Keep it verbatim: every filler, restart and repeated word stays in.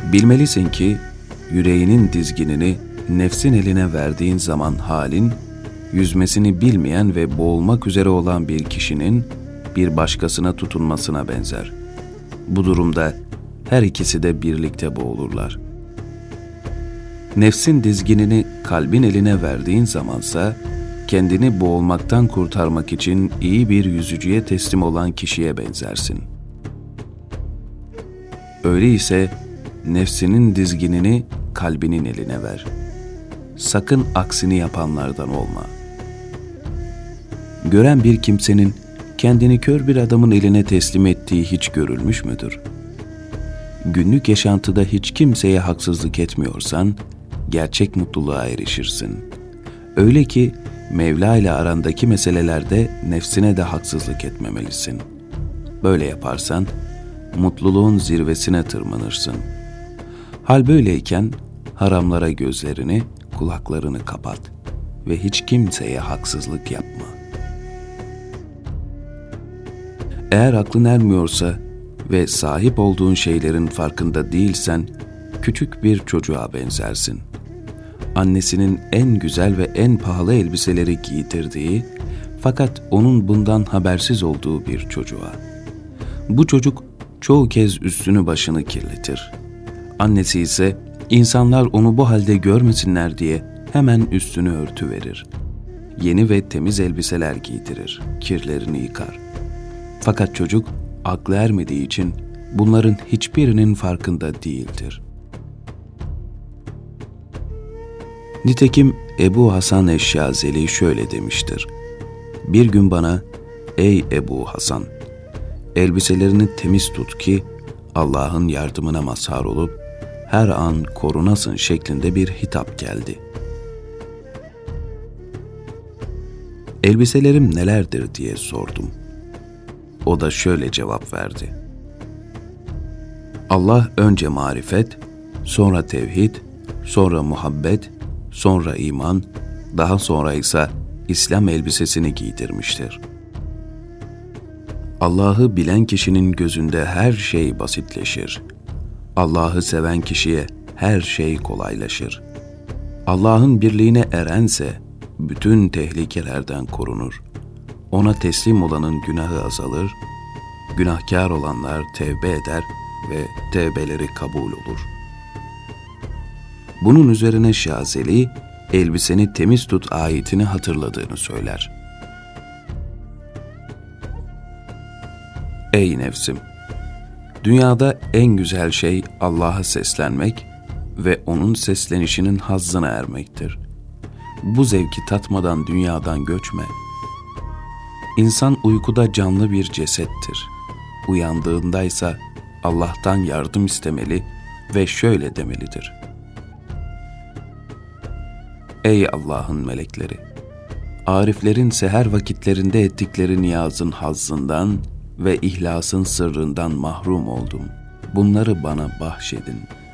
Bilmelisin ki yüreğinin dizginini nefsin eline verdiğin zaman halin, yüzmesini bilmeyen ve boğulmak üzere olan bir kişinin bir başkasına tutunmasına benzer. Bu durumda her ikisi de birlikte boğulurlar. Nefsin dizginini kalbin eline verdiğin zamansa, kendini boğulmaktan kurtarmak için iyi bir yüzücüye teslim olan kişiye benzersin. Öyleyse nefsinin dizginini kalbinin eline ver. Sakın aksini yapanlardan olma. Gören bir kimsenin kendini kör bir adamın eline teslim ettiği hiç görülmüş müdür? Günlük yaşantıda hiç kimseye haksızlık etmiyorsan, gerçek mutluluğa erişirsin. Öyle ki Mevla ile arandaki meselelerde nefsine de haksızlık etmemelisin. Böyle yaparsan mutluluğun zirvesine tırmanırsın. Hal böyleyken haramlara gözlerini, kulaklarını kapat ve hiç kimseye haksızlık yapma. Eğer aklın ermiyorsa ve sahip olduğun şeylerin farkında değilsen, küçük bir çocuğa benzersin. Annesinin en güzel ve en pahalı elbiseleri giydirdiği, fakat onun bundan habersiz olduğu bir çocuğa. Bu çocuk çoğu kez üstünü başını kirletir. Annesi ise insanlar onu bu halde görmesinler diye hemen üstünü örtüverir. Yeni ve temiz elbiseler giydirir, kirlerini yıkar. Fakat çocuk aklı ermediği için bunların hiçbirinin farkında değildir. Nitekim Ebu Hasan Eşşazeli şöyle demiştir: Bir gün bana, ey Ebu Hasan, elbiselerini temiz tut ki Allah'ın yardımına mazhar olup her an korunasın şeklinde bir hitap geldi. Elbiselerim nelerdir diye sordum. O da şöyle cevap verdi: Allah önce marifet, sonra tevhid, sonra muhabbet, sonra iman, daha sonra ise İslam elbisesini giydirmiştir. Allah'ı bilen kişinin gözünde her şey basitleşir. Allah'ı seven kişiye her şey kolaylaşır. Allah'ın birliğine erense bütün tehlikelerden korunur. Ona teslim olanın günahı azalır, günahkar olanlar tevbe eder ve tevbeleri kabul olur. Bunun üzerine Şazeli, elbiseni temiz tut ayetini hatırladığını söyler. Ey nefsim! Dünyada en güzel şey Allah'a seslenmek ve onun seslenişinin hazzına ermektir. Bu zevki tatmadan dünyadan göçme. İnsan uykuda canlı bir cesettir. Uyandığındaysa Allah'tan yardım istemeli ve şöyle demelidir: Ey Allah'ın melekleri! Ariflerin seher vakitlerinde ettikleri niyazın hazzından ve ihlasın sırrından mahrum oldum. Bunları bana bahşedin.